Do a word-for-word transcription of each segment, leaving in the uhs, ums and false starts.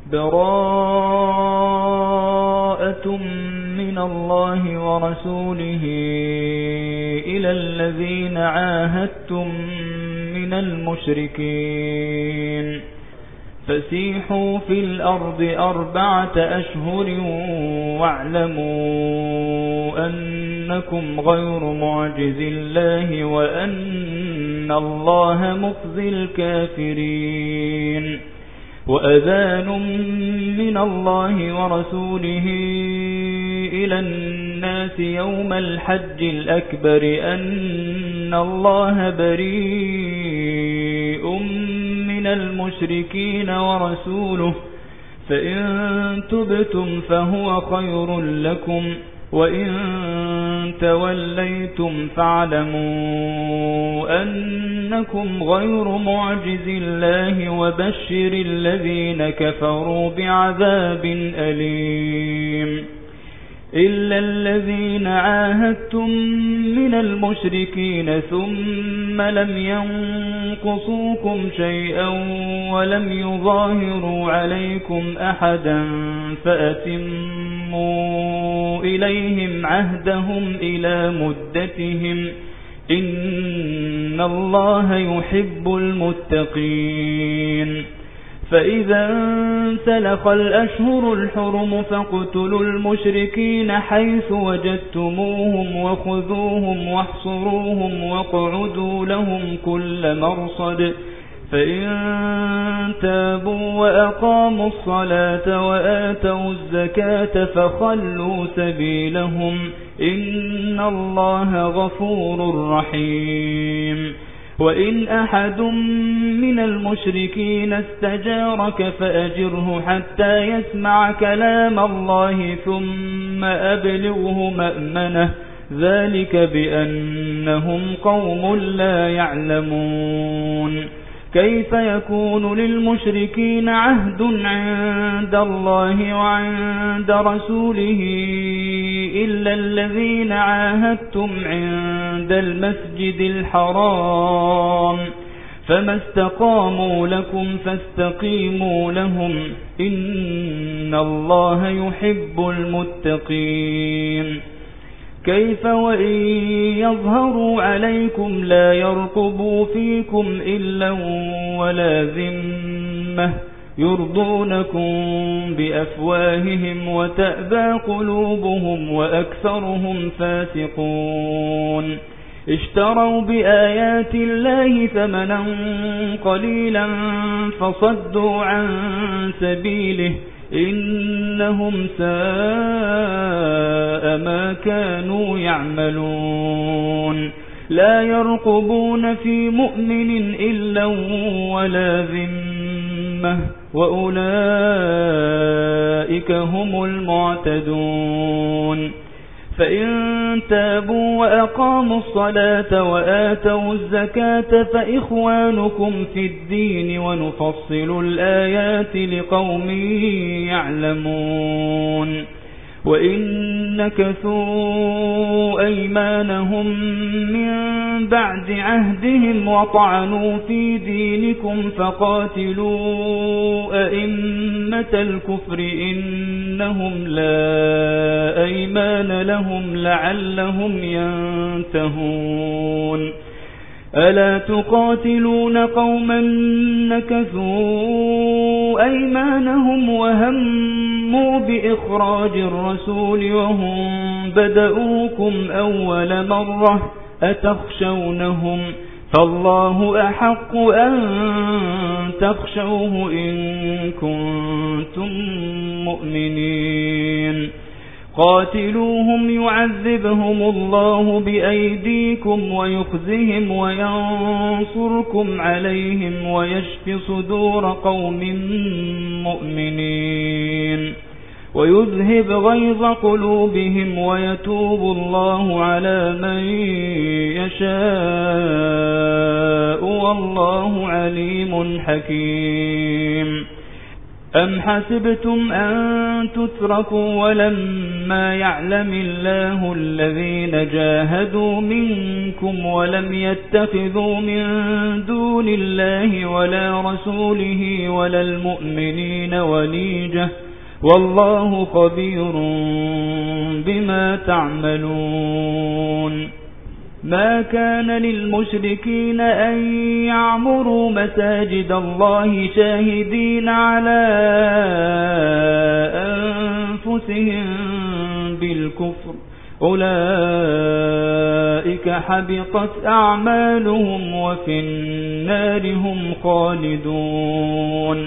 براءة من الله ورسوله إلى الذين عاهدتم من المشركين فسيحوا في الأرض أربعة أشهر واعلموا أنكم غير معجز الله وأن الله مخزي الكافرين وأذان من الله ورسوله إلى الناس يوم الحج الأكبر أن الله بريء من المشركين ورسوله فإن تبتم فهو خير لكم وإن توليتم فاعلموا أنكم غير معجز الله وبشر الذين كفروا بعذاب أليم إلا الذين عاهدتم من المشركين ثم لم ينقصوكم شيئا ولم يظاهروا عليكم أحدا فأتموا إليهم عهدهم إلى مدتهم إن الله يحب المتقين فإذا انسلخ الأشهر الحرم فاقتلوا المشركين حيث وجدتموهم وخذوهم واحصروهم واقعدوا لهم كل مرصد فإن تابوا وأقاموا الصلاة وآتوا الزكاة فخلوا سبيلهم إن الله غفور رحيم وإن أحد من المشركين استجارك فأجره حتى يسمع كلام الله ثم أبلغه مأمنه ذلك بأنهم قوم لا يعلمون كيف يكون للمشركين عهد عند الله وعند رسوله إلا الذين عاهدتم عند المسجد الحرام فما استقاموا لكم فاستقيموا لهم إن الله يحب المتقين كيف وإن يظهروا عليكم لا يرقبوا فيكم إلا ولا ذمة يرضونكم بأفواههم وتأبى قلوبهم وأكثرهم فاسقون اشتروا بآيات الله ثمنا قليلا فصدوا عن سبيله إنهم ساء ما كانوا يعملون لا يرقبون في مؤمن إلا ولا ذمة وأولئك هم المعتدون فإن تابوا وأقاموا الصلاة وآتوا الزكاة فإخوانكم في الدين ونفصل الآيات لقوم يعلمون وإن نكثوا أيمانهم من بعد عهدهم وطعنوا في دينكم فقاتلوا أئمة الكفر إنهم لا أيمان لهم لعلهم ينتهون ألا تقاتلون قوما نكثوا أيمانهم وهموا بإخراج الرسول وهم بدؤوكم أول مرة أتخشونهم فالله أحق أن تخشوه إن كنتم مؤمنين قاتلوهم يعذبهم الله بأيديكم ويخزهم وينصركم عليهم ويشف صدور قوم مؤمنين ويذهب غيظ قلوبهم ويتوب الله على من يشاء. يشاء، والله عليم حكيم. أم حسبتم أن تتركوا ولما يعلم الله الذين جاهدوا منكم ولم يتخذوا من دون الله ولا رسوله ولا المؤمنين وليجة والله خبير بما تعملون. ما كان للمشركين أن يعمروا مساجد الله شاهدين على أنفسهم بالكفر أولئك حبطت أعمالهم وفي النار هم خالدون.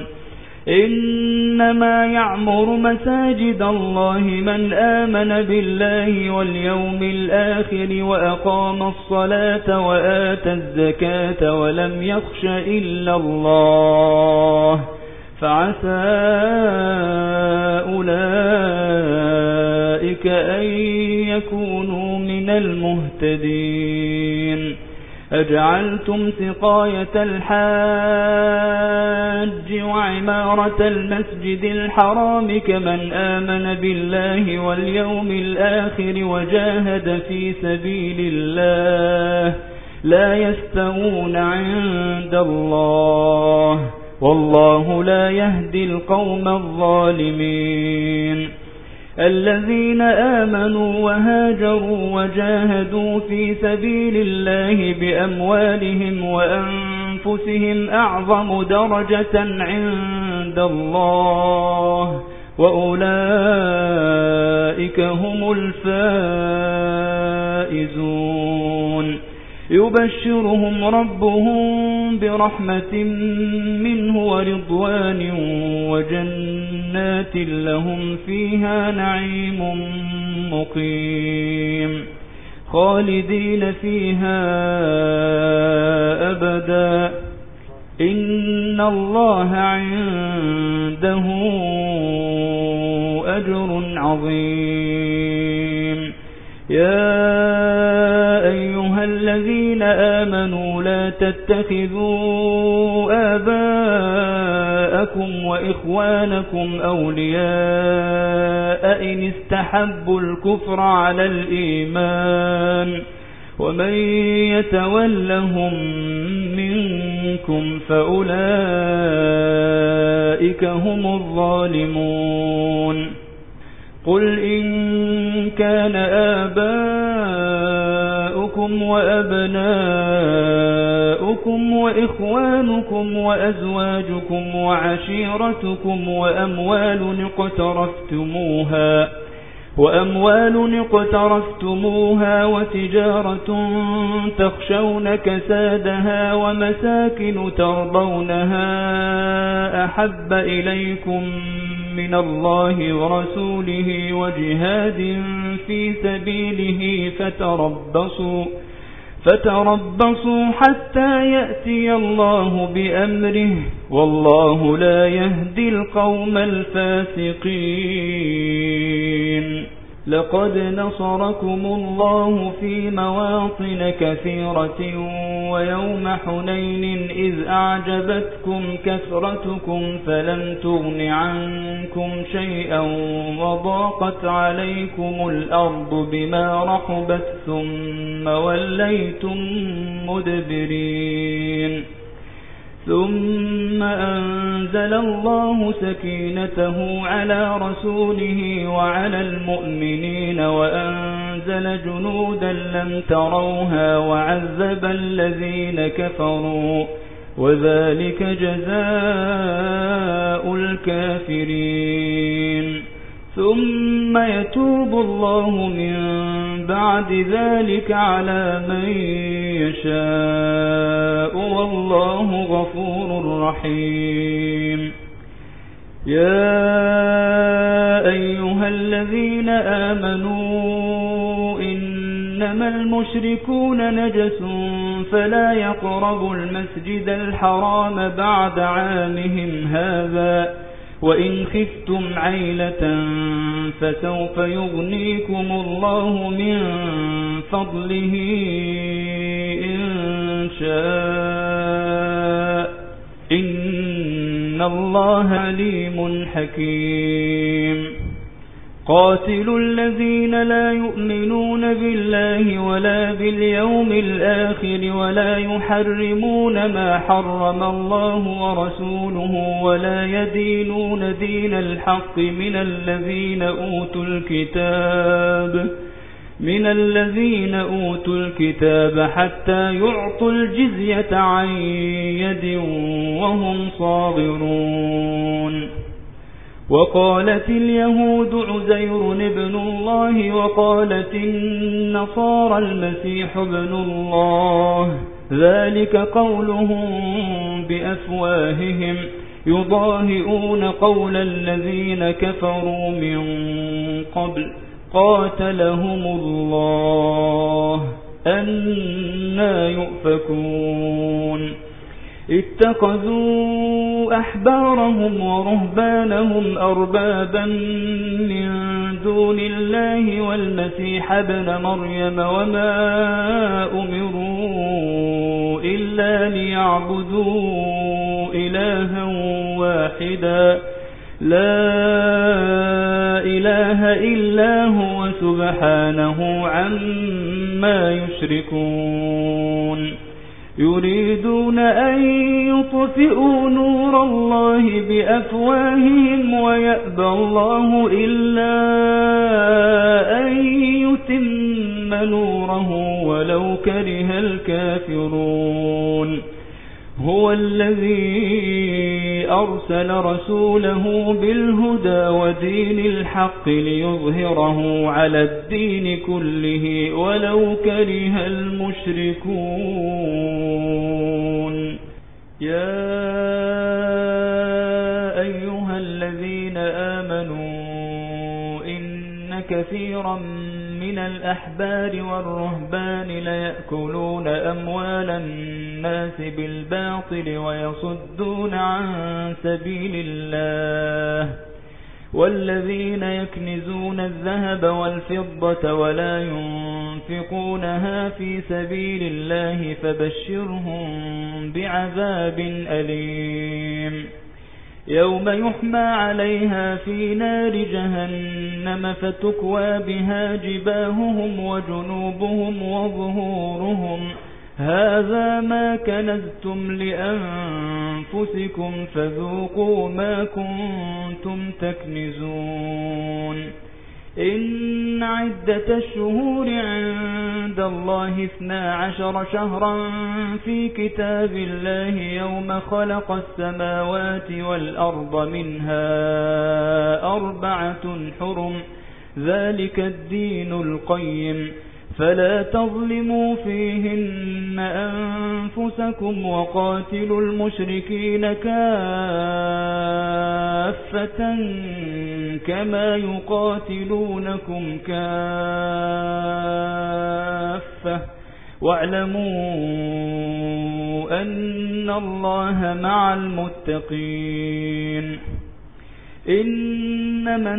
إنما يعمر مساجد الله من آمن بالله واليوم الآخر وأقام الصلاة وآتى الزكاة ولم يخش إلا الله فعسى أولئك أن يكونوا من المهتدين. أجعلتم سقاية الحاج وعمارة المسجد الحرام كمن آمن بالله واليوم الآخر وجاهد في سبيل الله لا يستوون عند الله والله لا يهدي القوم الظالمين. الذين آمنوا وهاجروا وجاهدوا في سبيل الله بأموالهم وأنفسهم أعظم درجة عند الله وأولئك هم الفائزون. يبشرهم ربهم برحمة منه ورضوان وجنات لهم فيها نعيم مقيم خالدين فيها أبدا إن الله عنده أجر عظيم. يا أيها الذين آمنوا لا تتخذوا آباءكم وإخوانكم أولياء إن استحبوا الكفر على الإيمان ومن يتولهم منكم فأولئك هم الظالمون. قل إن كان آباؤكم وأبناؤكم وإخوانكم وأزواجكم وعشيرتكم وأموال اقترفتموها وأموال اقترفتموها وتجارة تخشون كسادها ومساكن ترضونها أحب إليكم من الله ورسوله وجهاد في سبيله فتربصوا فتربصوا حتى يأتي الله بأمره والله لا يهدي القوم الفاسقين. لقد نصركم الله في مواطن كثيرة ويوم حنين إذ أعجبتكم كثرتكم فلم تغن عنكم شيئا وضاقت عليكم الأرض بما رحبت ثم وليتم مدبرين. ثم أنزل الله سكينته على رسوله وعلى المؤمنين وأنزل جنودا لم تروها وعذب الذين كفروا وذلك جزاء الكافرين. ثم يتوب الله من بعد ذلك على من يشاء والله غفور رحيم. يا أيها الذين آمنوا إنما المشركون نجس فلا يقربوا المسجد الحرام بعد عامهم هذا وإن خفتم عيلة فسوف يغنيكم الله من فضله إن شاء إن إن الله عليم حكيم قاتلوا الذين لا يؤمنون بالله ولا باليوم الآخر ولا يحرمون ما حرم الله ورسوله ولا يدينون دين الحق من الذين أوتوا الكتاب من الذين أوتوا الكتاب حتى يعطوا الجزية عن يد وهم صاغرون وقالت اليهود عزير ابن الله وقالت النصارى المسيح ابن الله ذلك قولهم بأفواههم يضاهئون قول الذين كفروا من قبل قاتلهم الله أنى يؤفكون اتخذوا أحبارهم ورهبانهم أربابا من دون الله والمسيح ابن مريم وما أمروا إلا ليعبدوا إلها واحدا لا إله إلا هو سبحانه عما يشركون يريدون أن يطفئوا نور الله بأفواههم ويأبى الله إلا أن يتم نوره ولو كره الكافرون هو الذي أرسل رسوله بالهدى ودين الحق ليظهره على الدين كله ولو كره المشركون يا أيها الذين آمنوا إن كثيرا من الأحبار والرهبان ليأكلون أموال الناس بالباطل ويصدون عن سبيل الله والذين يكنزون الذهب والفضة ولا ينفقونها في سبيل الله فبشرهم بعذاب أليم يوم يحمى عليها في نار جهنم فتكوى بها جباههم وجنوبهم وظهورهم هذا ما كنزتم لأنفسكم فذوقوا ما كنتم تكنزون إن عدة الشهور عند الله اثنا عشر شهرا في كتاب الله يوم خلق السماوات والأرض منها أربعة حرم ذلك الدين القيم فلا تظلموا فيهن أنفسكم وقاتلوا المشركين كافة كما يقاتلونكم كافة واعلموا أن الله مع المتقين إنما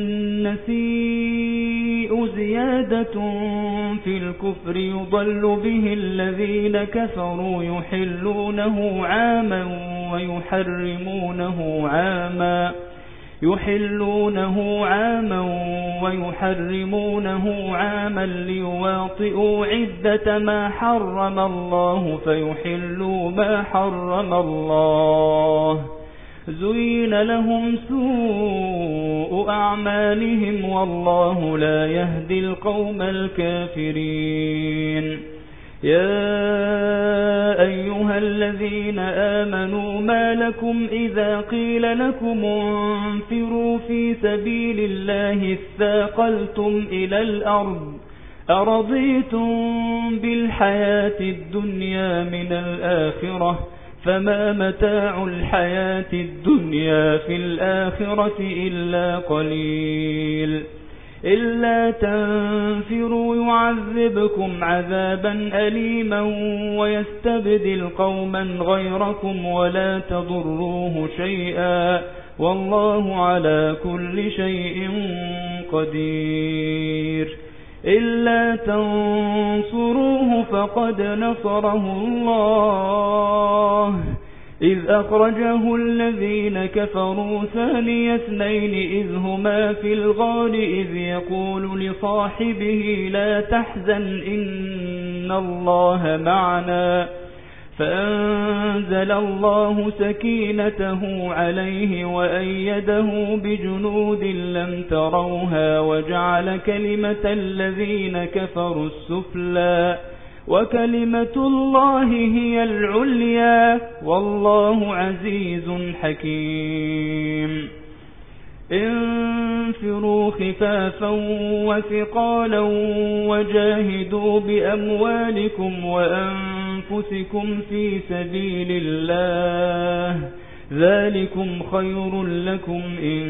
النسيء زيادة في الكفر يضل به الذين كفروا يحلونه عاما ويحرمونه عاما يحلونه عاما ويحرمونه عاما ليواطئوا عدة ما حرم الله فيحلوا ما حرم الله زين لهم سوء أعمالهم والله لا يهدي القوم الكافرين يا أيها الذين آمنوا ما لكم إذا قيل لكم انفروا في سبيل الله اثاقلتم إلى الأرض أرضيتم بالحياة الدنيا من الآخرة فما متاع الحياة الدنيا في الآخرة إلا قليل إلا تنفروا يعذبكم عذابا أليما ويستبدل قوما غيركم ولا تضروه شيئا والله على كل شيء قدير إلا تنصروه فقد نصره الله إذ أخرجه الذين كفروا ثاني اثنين إذ هما في الغار إذ يقول لصاحبه لا تحزن إن الله معنا فأنزل الله سكينته عليه وأيده بجنود لم تروها وجعل كلمة الذين كفروا السفلى وكلمة الله هي العليا والله عزيز حكيم انفروا خفافا وثقالا وجاهدوا بأموالكم وأنفسكم في سبيل الله ذلكم خير لكم إن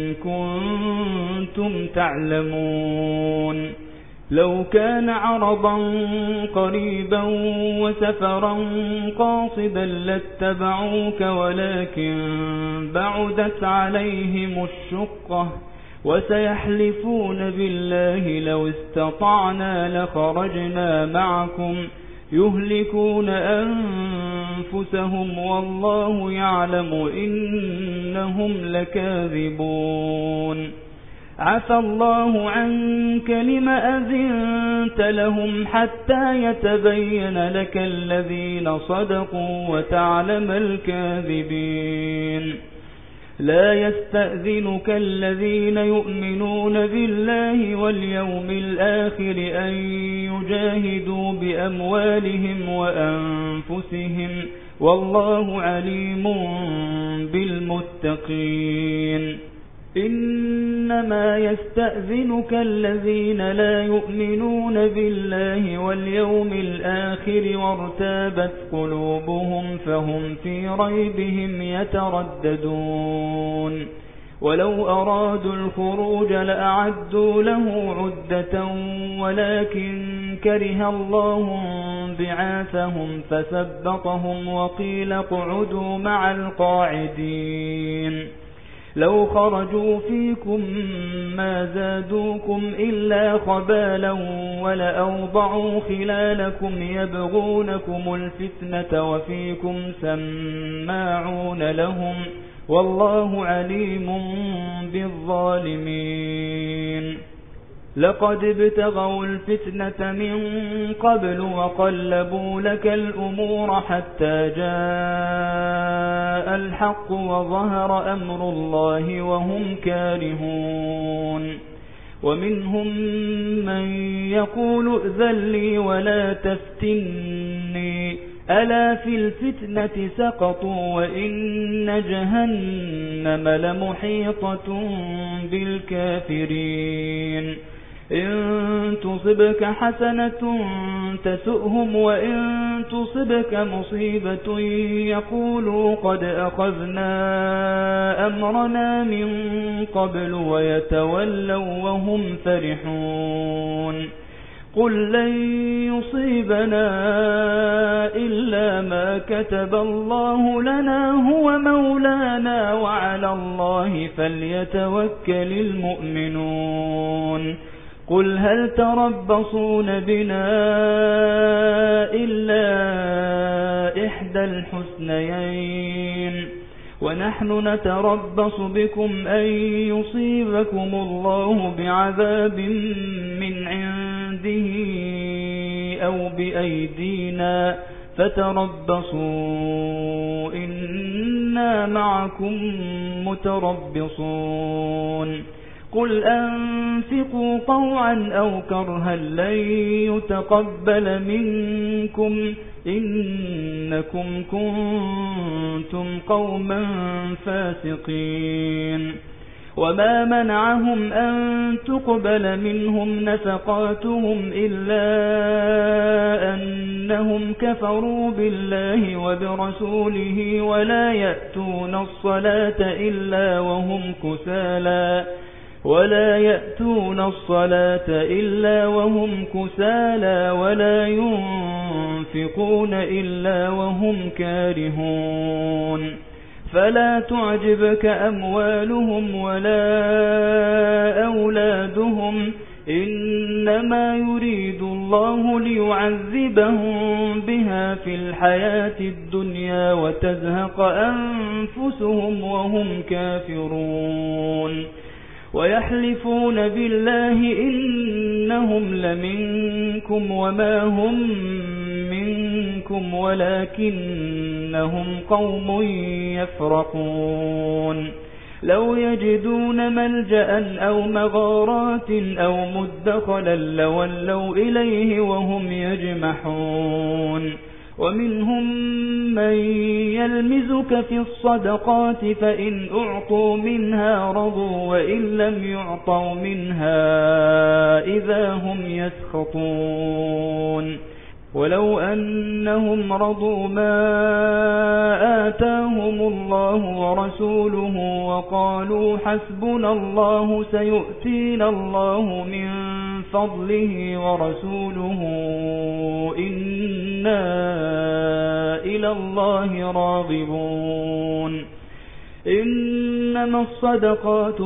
كنتم تعلمون لو كان عرضا قريبا وسفرا قاصدا لاتبعوك ولكن بعدت عليهم الشقة وسيحلفون بالله لو استطعنا لخرجنا معكم يهلكون أنفسهم والله يعلم إنهم لكاذبون عفى الله عنك لم أذنت لهم حتى يتبين لك الذين صدقوا وتعلم الكاذبين لا يستأذنك الذين يؤمنون بالله واليوم الآخر أن يجاهدوا بأموالهم وأنفسهم والله عليم بالمتقين إنما يستأذنك الذين لا يؤمنون بالله واليوم الآخر وارتابت قلوبهم فهم في ريبهم يترددون ولو أرادوا الخروج لأعدوا له عدة ولكن كره الله بعاثهم فثبطهم وقيل اقعدوا مع القاعدين لو خرجوا فيكم ما زادوكم إلا خبالا ولأوضعوا خلالكم يبغونكم الفتنة وفيكم سماعون لهم والله عليم بالظالمين لقد ابتغوا الفتنة من قبل وقلبوا لك الأمور حتى جاء الحق وظهر أمر الله وهم كارهون ومنهم من يقول ائذن لي ولا تفتني ألا في الفتنة سقطوا وإن جهنم لمحيطة بالكافرين إن تصبك حسنة تسؤهم وإن تصبك مصيبة يقولوا قد أخذنا أمرنا من قبل ويتولوا وهم فرحون قل لن يصيبنا إلا ما كتب الله لنا هو مولانا وعلى الله فليتوكل المؤمنون قل هل تربصون بنا إلا إحدى الحسنيين ونحن نتربص بكم أن يصيبكم الله بعذاب من عنده أو بأيدينا فتربصوا إنا معكم متربصون قل أنفقوا طوعا أو كرها لن يتقبل منكم إنكم كنتم قوما فاسقين وما منعهم أن تقبل منهم نفقاتهم إلا أنهم كفروا بالله وبرسوله ولا يأتون الصلاة إلا وهم كسالى ولا يأتون الصلاة إلا وهم كسالى ولا ينفقون إلا وهم كارهون فلا تعجبك أموالهم ولا أولادهم إنما يريد الله ليعذبهم بها في الحياة الدنيا وتزهق أنفسهم وهم كافرون ويحلفون بالله إنهم لمنكم وما هم منكم ولكنهم قوم يفرقون لو يجدون ملجأ أو مغارات أو مدخلا لولوا إليه وهم يجمحون ومنهم من يلمزك في الصدقات فإن أعطوا منها رضوا وإن لم يعطوا منها إذا هم يسخطون ولو أنهم رضوا ما آتاهم الله ورسوله وقالوا حسبنا الله سيؤتينا الله من فضله ورسوله إنا إلى الله راغبون إنما الصدقات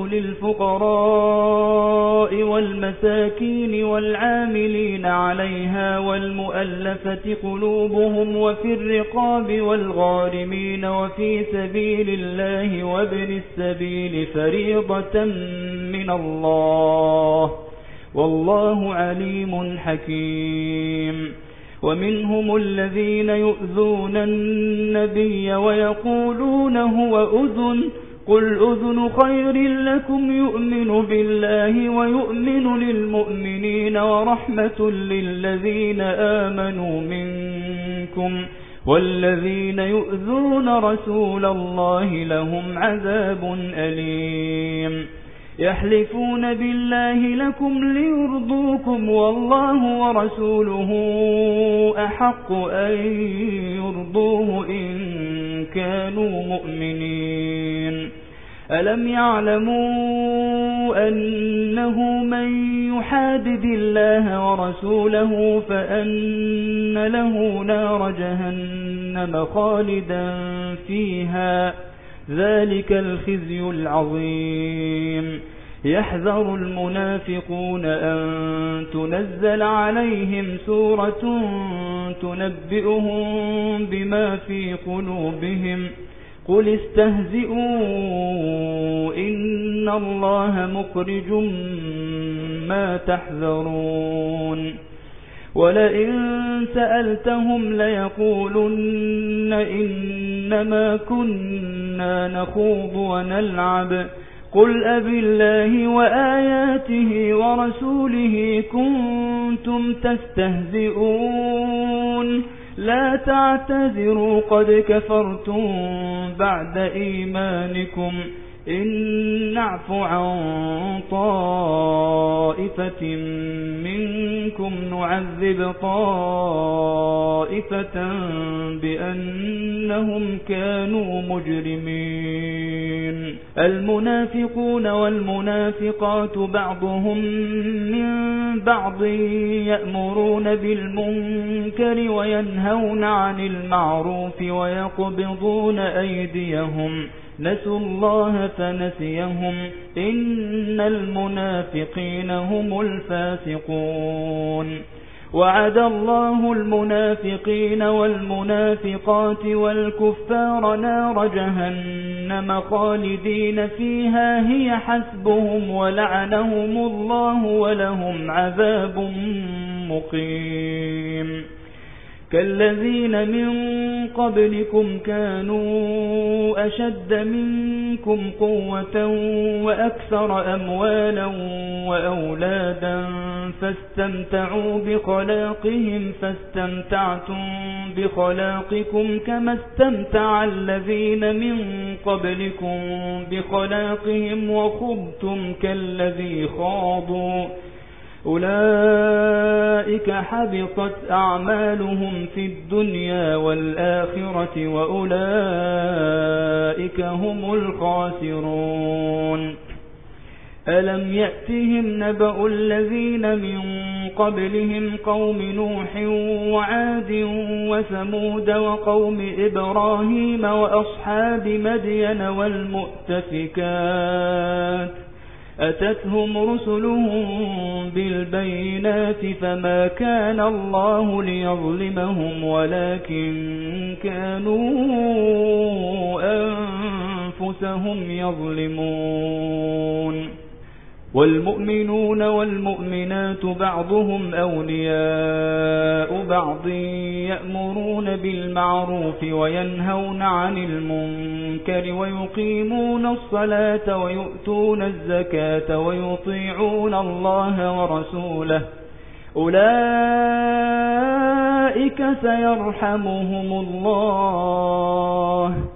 للفقراء والمساكين والعاملين عليها والمؤلفة قلوبهم وفي الرقاب والغارمين وفي سبيل الله وابن السبيل فريضة من الله والله عليم حكيم ومنهم الذين يؤذون النبي ويقولون هو أذن قل أذن خير لكم يؤمن بالله ويؤمن للمؤمنين ورحمة للذين آمنوا منكم والذين يؤذون رسول الله لهم عذاب أليم يحلفون بالله لكم ليرضوكم والله ورسوله أحق أن يرضوه إن كانوا مؤمنين ألم يعلموا أنه من يحادد الله ورسوله فأن له نار جهنم خالدا فيها ذلك الخزي العظيم يحذر المنافقون أن تنزل عليهم سورة تنبئهم بما في قلوبهم قل استهزئوا إن الله مخرج ما تحذرون ولئن سألتهم ليقولن إنما كنا نخوض ونلعب قل أبالله وآياته ورسوله كنتم تستهزئون لا تعتذروا قد كفرتم بعد إيمانكم إن نعف عن طائفة منكم نعذب طائفة بأنهم كانوا مجرمين المنافقون والمنافقات بعضهم من بعض يأمرون بالمنكر وينهون عن المعروف ويقبضون أيديهم نسوا الله فنسيهم إن المنافقين هم الفاسقون وعد الله المنافقين والمنافقات والكفار نار جهنم خالدين فيها هي حسبهم ولعنهم الله ولهم عذاب مقيم كالذين من قبلكم كانوا أشد منكم قوة وأكثر أموالا وأولادا فاستمتعوا بخلاقهم فاستمتعتم بخلاقكم كما استمتع الذين من قبلكم بخلاقهم وخضتم كالذي خاضوا أولئك حبطت أعمالهم في الدنيا والآخرة وأولئك هم الخاسرون ألم يأتهم نبأ الذين من قبلهم قوم نوح وعاد وثمود وقوم إبراهيم وأصحاب مدين والمؤتفكات أتتهم رسلهم بالبينات فما كان الله ليظلمهم ولكن كانوا أنفسهم يظلمون والمؤمنون والمؤمنات بعضهم أولياء بعض يأمرون بالمعروف وينهون عن المنكر ويقيمون الصلاة ويؤتون الزكاة ويطيعون الله ورسوله أولئك سيرحمهم الله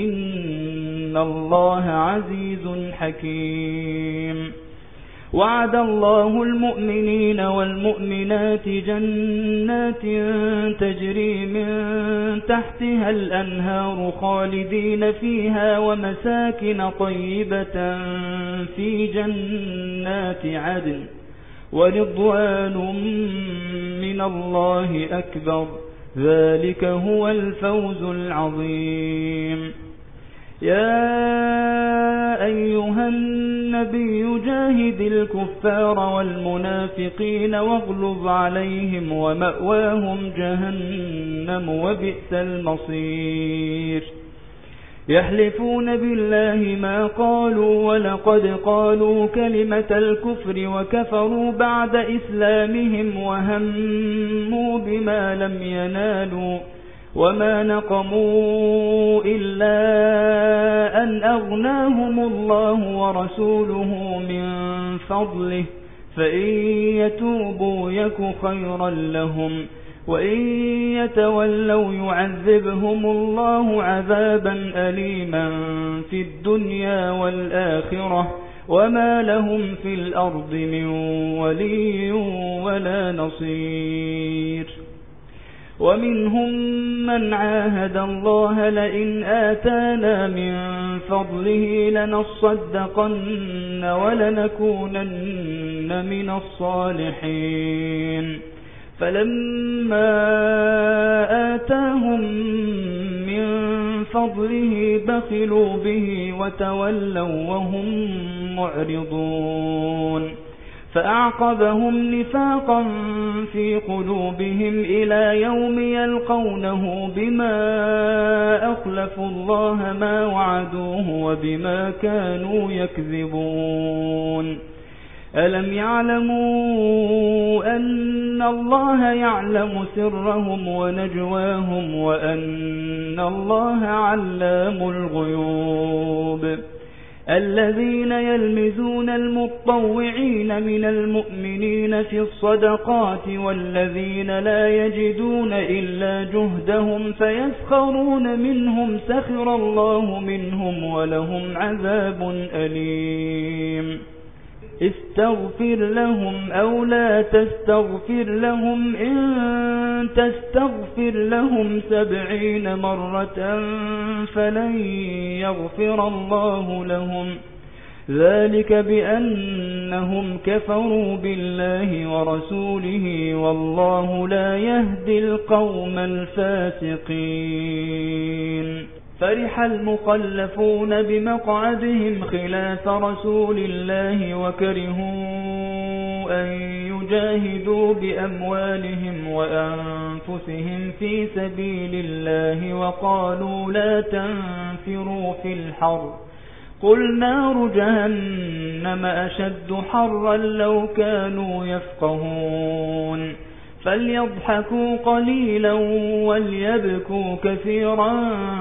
إن الله عزيز حكيم وعد الله المؤمنين والمؤمنات جنات تجري من تحتها الأنهار خالدين فيها ومساكن طيبة في جنات عدن ورضوان من الله أكبر ذلك هو الفوز العظيم يا أيها النبي جاهد الكفار والمنافقين واغلظ عليهم ومأواهم جهنم وبئس المصير يحلفون بالله ما قالوا ولقد قالوا كلمة الكفر وكفروا بعد إسلامهم وهموا بما لم ينالوا وما نقموا إلا أن أغناهم الله ورسوله من فضله فإن يتوبوا يك خيرا لهم وإن يتولوا يعذبهم الله عذابا أليما في الدنيا والآخرة وما لهم في الأرض من ولي ولا نصير ومنهم من عاهد الله لئن آتانا من فضله لنصدقن ولنكونن من الصالحين فلما آتاهم من فضله بخلوا به وتولوا وهم معرضون فأعقبهم نفاقا في قلوبهم إلى يوم يلقونه بما أخلفوا الله ما وعدوه وبما كانوا يكذبون ألم يعلموا أن الله يعلم سرهم ونجواهم وأن الله علام الغيوب الذين يلمزون المطوعين من المؤمنين في الصدقات والذين لا يجدون إلا جهدهم فيسخرون منهم سخر الله منهم ولهم عذاب أليم استغفر لهم أو لا تستغفر لهم إن تستغفر لهم سبعين مرة فلن يغفر الله لهم ذلك بأنهم كفروا بالله ورسوله والله لا يهدي القوم الفاسقين فرح المخلفون بمقعدهم خلاف رسول الله وكرهوا أن يجاهدوا بأموالهم وأنفسهم في سبيل الله وقالوا لا تنفروا في الحر قل نار جهنم أشد حرا لو كانوا يفقهون فليضحكوا قليلا وليبكوا كثيرا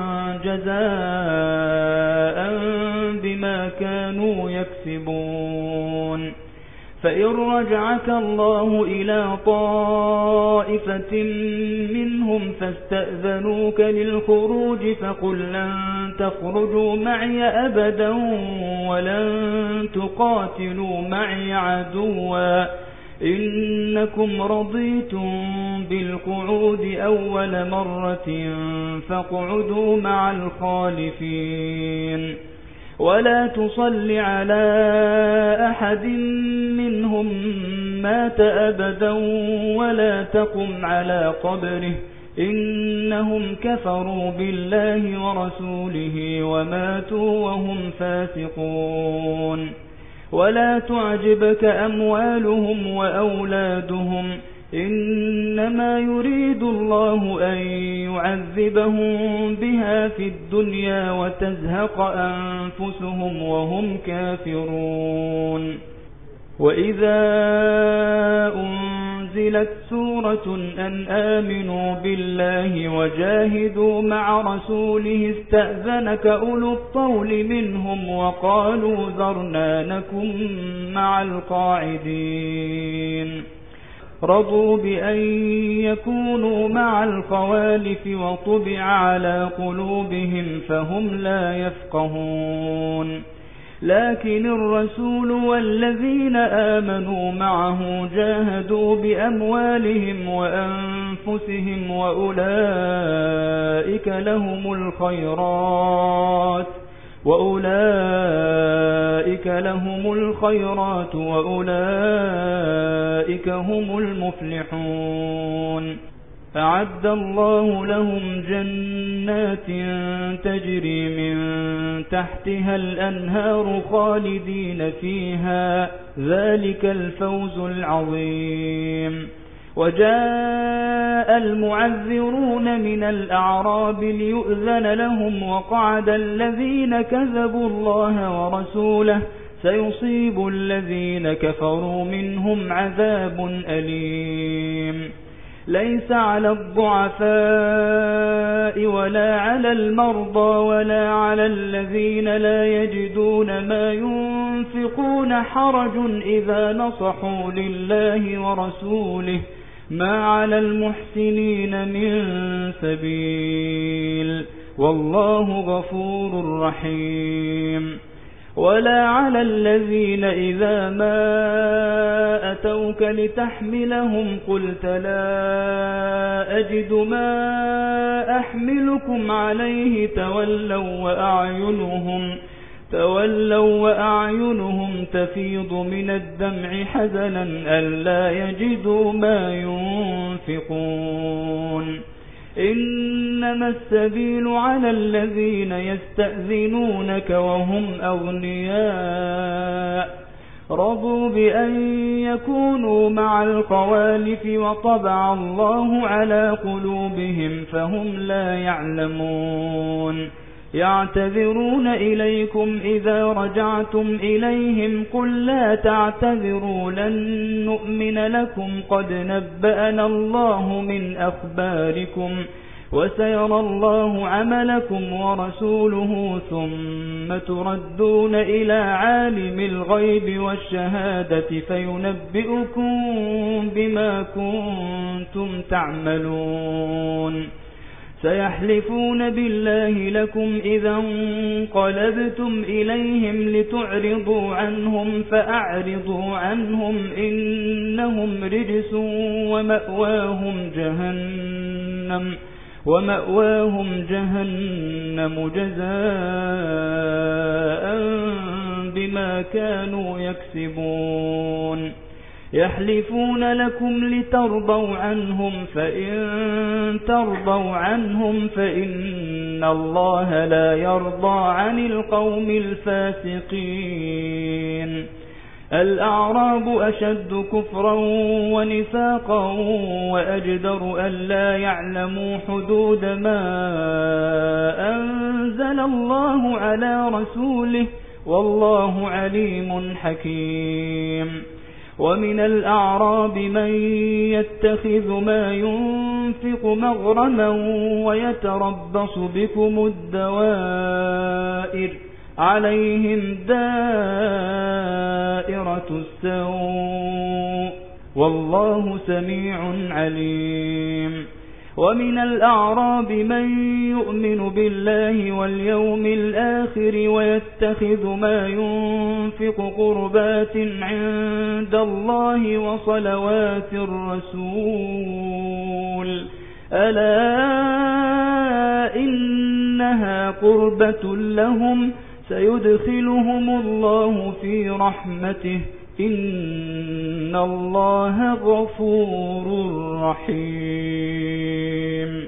جزاء بما كانوا يكسبون فإن رجعك الله إلى طائفة منهم فاستأذنوك للخروج فقل لن تخرجوا معي أبدا ولن تقاتلوا معي عدوا إنكم رضيتم بالقعود أول مرة فاقعدوا مع الخالفين ولا تصل على أحد منهم مات أبدا ولا تقم على قبره إنهم كفروا بالله ورسوله وماتوا وهم فاسقون ولا تعجبك أموالهم وأولادهم إنما يريد الله أن يعذبهم بها في الدنيا وتزهق أنفسهم وهم كافرون. وإذا أنزلت سورة أن آمنوا بالله وجاهدوا مع رسوله استأذنك أولو الطول منهم وقالوا ذرنا نكن مع القاعدين. رضوا بأن يكونوا مع الخوالف وطبع على قلوبهم فهم لا يفقهون. لكن الرسول والذين آمنوا معه جاهدوا بأموالهم وأنفسهم وأولئك لهم الخيرات وأولئك لهم الخيرات وأولئك هم المفلحون. أعد الله لهم جنات تجري من تحتها الأنهار خالدين فيها ذلك الفوز العظيم. وجاء المعذرون من الأعراب ليؤذن لهم وقعد الذين كذبوا الله ورسوله سيصيب الذين كفروا منهم عذاب أليم. ليس على الضعفاء ولا على المرضى ولا على الذين لا يجدون ما ينفقون حرج إذا نصحوا لله ورسوله ما على المحسنين من سبيل والله غفور رحيم. ولا على الذين إذا ما أتوك لتحملهم قلت لا أجد ما أحملكم عليه تولوا وأعينهم تولوا وأعينهم تفيض من الدمع حزنا ألا يجدوا ما ينفقون. إنما السبيل على الذين يستأذنونك وهم أغنياء رضوا بأن يكونوا مع الخوالف وطبع الله على قلوبهم فهم لا يعلمون. يعتذرون إليكم إذا رجعتم إليهم قل لا تعتذروا لن نؤمن لكم قد نبأنا الله من أخباركم وسيرى الله عملكم ورسوله ثم تردون إلى عالم الغيب والشهادة فينبئكم بما كنتم تعملون. سيحلفون بالله لكم إذا انقلبتم إليهم لتعرضوا عنهم فأعرضوا عنهم إنهم رجس ومأواهم جهنم ومأواهم جهنم جزاء بما كانوا يكسبون. يحلفون لكم لترضوا عنهم فإن ترضوا عنهم فإن الله لا يرضى عن القوم الفاسقين. الأعراب أشد كفرا ونفاقا وأجدر ألا يعلموا حدود ما أنزل الله على رسوله والله عليم حكيم. ومن الأعراب من يتخذ ما ينفق مغرما ويتربص بكم الدوائر عليهم دائرة السوء والله سميع عليم. ومن الأعراب من يؤمن بالله واليوم الآخر ويتخذ ما ينفق قربات عند الله وصلوات الرسول ألا إنها قربة لهم سيدخلهم الله في رحمته إن الله غفور رحيم.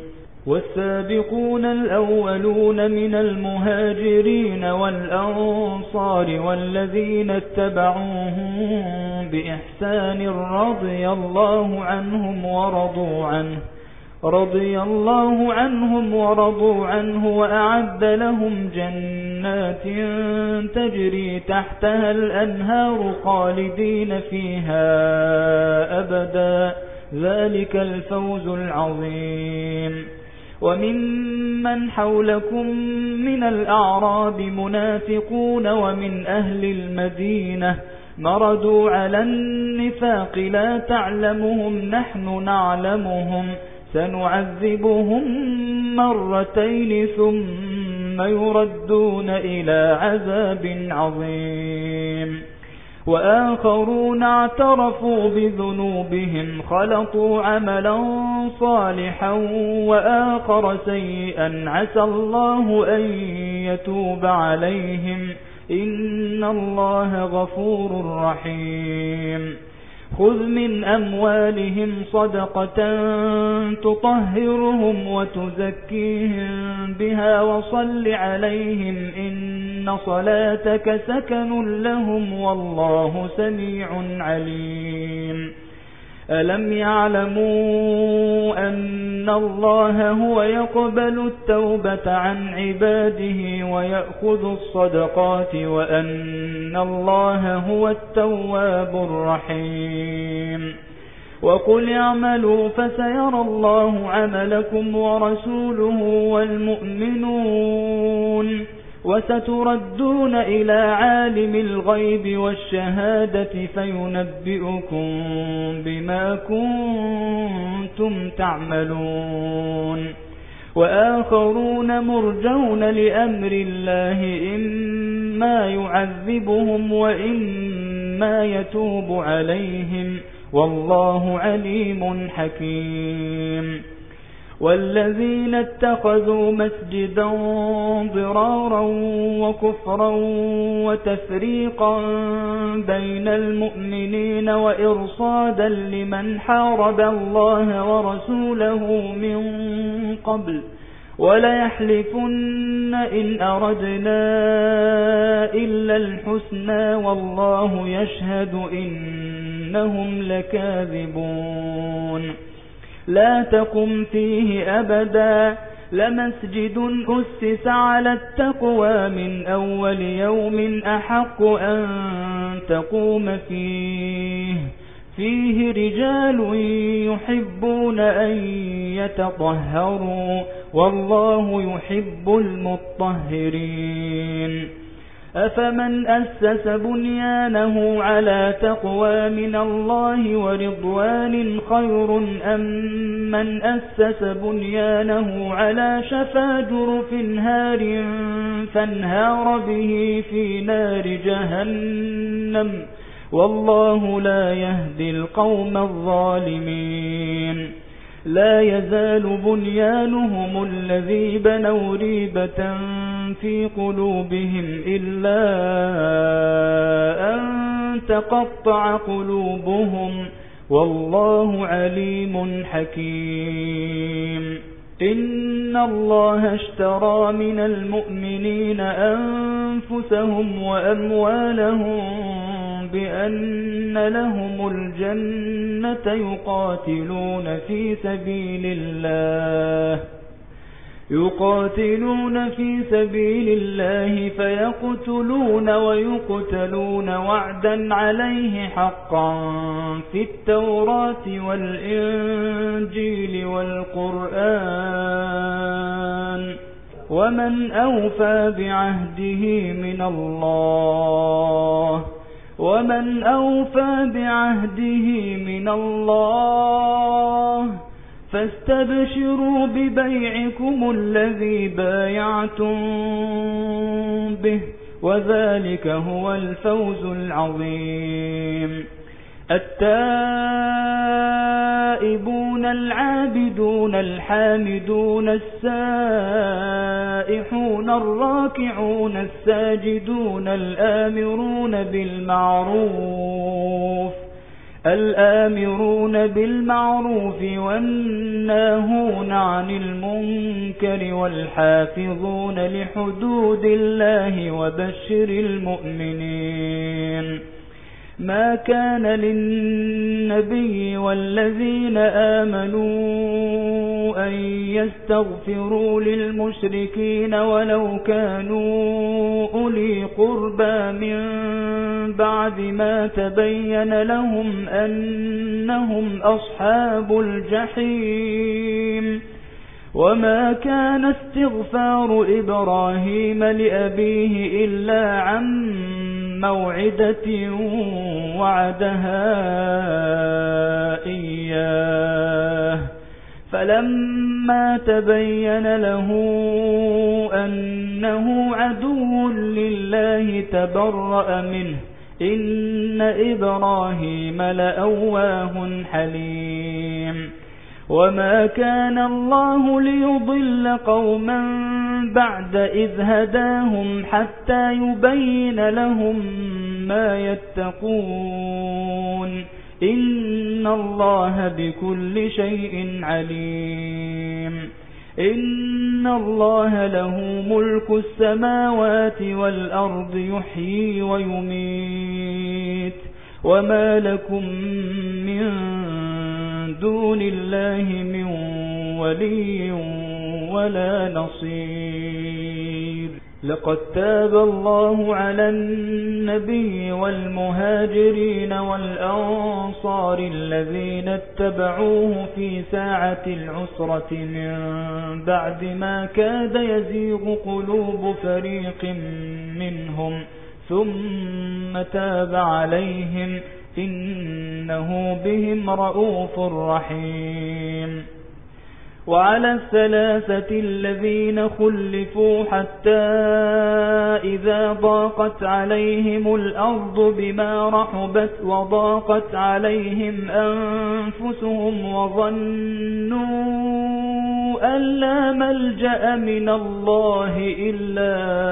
والسابقون الأولون من المهاجرين والأنصار والذين اتبعوهم بإحسان رضي الله عنهم ورضوا عنه رضي الله عنهم ورضوا عنه وأعد لهم جنات تجري تحتها الأنهار خالدين فيها أبدا ذلك الفوز العظيم. وممن حولكم من الأعراب منافقون ومن أهل المدينة مردوا على النفاق لا تعلمهم نحن نعلمهم سنعذبهم مرتين ثم يردون إلى عذاب عظيم. وآخرون اعترفوا بذنوبهم خلطوا عملا صالحا وآخر سيئا عسى الله أن يتوب عليهم إن الله غفور رحيم. خذ من أموالهم صدقة تطهرهم وتزكيهم بها وصل عليهم إن صلاتك سكن لهم والله سميع عليم. ألم يعلموا أن الله هو يقبل التوبة عن عباده ويأخذ الصدقات وأن الله هو التواب الرحيم. وقل اعملوا فسيرى الله عملكم ورسوله والمؤمنون وستردون إلى عالم الغيب والشهادة فينبئكم بما كنتم تعملون. وآخرون مرجون لأمر الله إما يعذبهم وإما يتوب عليهم والله عليم حكيم. والذين اتخذوا مسجدا ضرارا وكفرا وتفريقا بين المؤمنين وإرصادا لمن حارب الله ورسوله من قبل وليحلفن إن أردنا إلا الحسنى والله يشهد إنهم لكاذبون. لا تقم فيه أبدا لمسجد أسس على التقوى من أول يوم أحق أن تقوم فيه فيه رجال يحبون أن يتطهروا والله يحب المطهرين. أفمن أسس بنيانه على تقوى من الله ورضوان خير أم من أسس بنيانه على شفا جرف هار فانهار به في نار جهنم والله لا يهدي القوم الظالمين. لا يزال بنيانهم الذي بنوا ريبة في قلوبهم إلا أن تقطع قلوبهم والله عليم حكيم. إن الله اشترى من المؤمنين أنفسهم وأموالهم بأن لهم الجنة يقاتلون في سبيل الله يقاتلون في سبيل الله فيقتلون ويقتلون وعدا عليه حقا في التوراة والإنجيل والقرآن ومن أوفى بعهده من الله ومن أوفى بعهده من الله فاستبشروا ببيعكم الذي بايعتم به وذلك هو الفوز العظيم. التائبون العابدون الحامدون السائحون الراكعون الساجدون الآمرون بالمعروف الآمرون بالمعروف والناهون عن المنكر والحافظون لحدود الله وبشر المؤمنين. ما كان للنبي والذين آمنوا أن يستغفروا للمشركين ولو كانوا أولي قربى من بعد ما تبين لهم أنهم أصحاب الجحيم. وما كان استغفار إبراهيم لأبيه إلا عن موعدة وعدها إياه فلما تبين له أنه عدو لله تبرأ منه إن إبراهيم لأواه حليم. وما كان الله ليضل قوما بعد إذ هداهم حتى يبين لهم ما يتقون إن الله بكل شيء عليم. إن الله له ملك السماوات والأرض يحيي ويميت وما لكم من دون الله من ولي ولا نصير. لقد تاب الله على النبي والمهاجرين والأنصار الذين اتبعوه في ساعة العسرة من بعد ما كاد يزيغ قلوب فريق منهم ثم تاب عليهم إنه بهم رؤوف رحيم. وعلى الثلاثة الذين خلفوا حتى إذا ضاقت عليهم الأرض بما رحبت وضاقت عليهم أنفسهم وظنوا أن لا ملجأ من الله إلا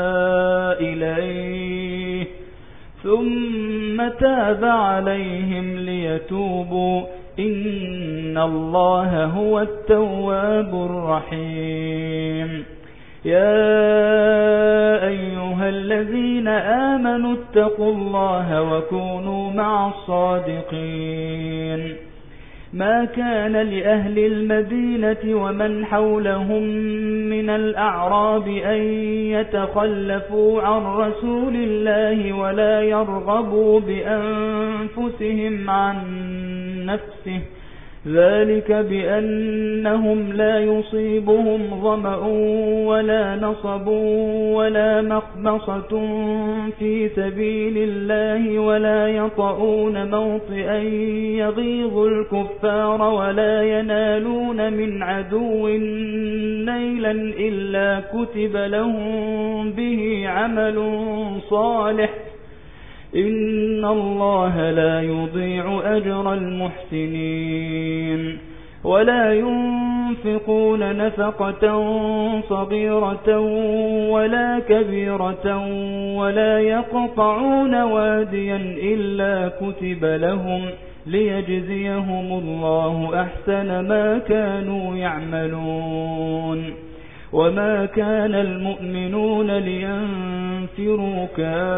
إليه ثم تاب عليهم ليتوبوا إن الله هو التواب الرحيم. يا أيها الذين آمنوا اتقوا الله وكونوا مع الصادقين. ما كان لأهل المدينة ومن حولهم من الأعراب أن يتخلفوا عن رسول الله ولا يرغبوا بأنفسهم عن نفسه ذلك بأنهم لا يصيبهم ظمأ ولا نصب ولا مخمصة في سبيل الله ولا يطؤون موطئا يغيظ الكفار ولا ينالون من عدو نيلا إلا كتب لهم به عمل صالح إن الله لا يضيع أجر المحسنين. ولا ينفقون نفقة صغيرة ولا كبيرة ولا يقطعون واديا إلا كتب لهم ليجزيهم الله أحسن ما كانوا يعملون. وما كان المؤمنون لينفروا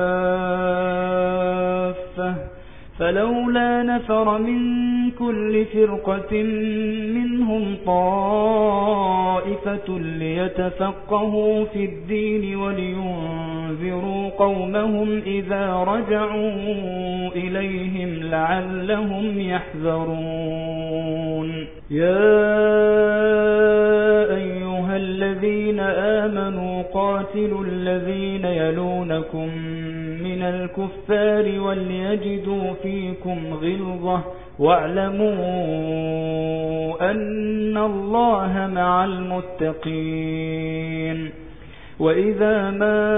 كافة فلولا نفر من كل فرقة منهم طائفة ليتفقهوا في الدين ولينذروا قومهم إذا رجعوا إليهم لعلهم يحذرون. يا أيها الذين آمنوا قاتلوا الذين يلونكم من الكفار وليجدوا فيكم غلظة واعلموا أن الله مع المتقين. وإذا ما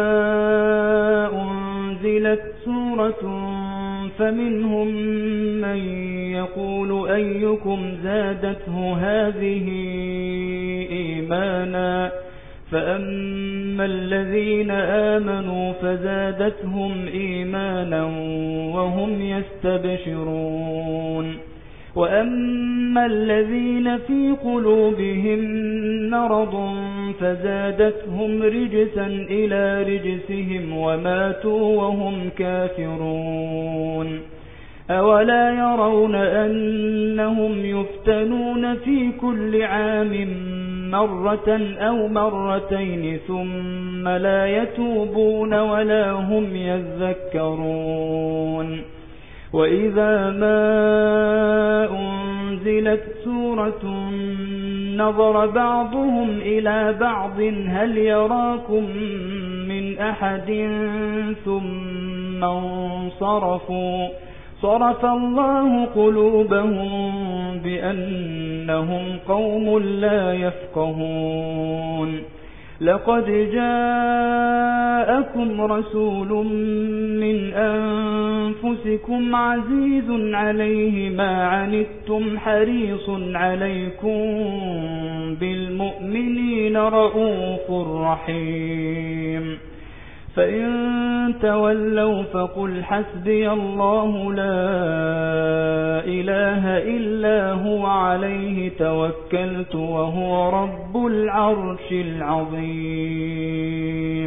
أنزلت سورة فمنهم من يقول أيكم زادته هذه إيمانا فأما الذين آمنوا فزادتهم إيمانا وهم يستبشرون وأما الذين في قلوبهم مرض فزادتهم رجسا إلى رجسهم وماتوا وهم كافرون أولا يرون أنهم يفتنون في كل عام مرة أو مرتين ثم لا يتوبون ولا هم يذكرون وإذا ما أنزلت سورة نظر بعضهم إلى بعض هل يراكم من أحد ثم انصرفوا صرف الله قلوبهم بأنهم قوم لا يفقهون لقد جاءكم رسول من أنفسكم عزيز عليه ما عنتم حريص عليكم بالمؤمنين رؤوف رحيم فإن تولوا فقل حسبي الله لا إله إلا هو عليه توكلت وهو رب العرش العظيم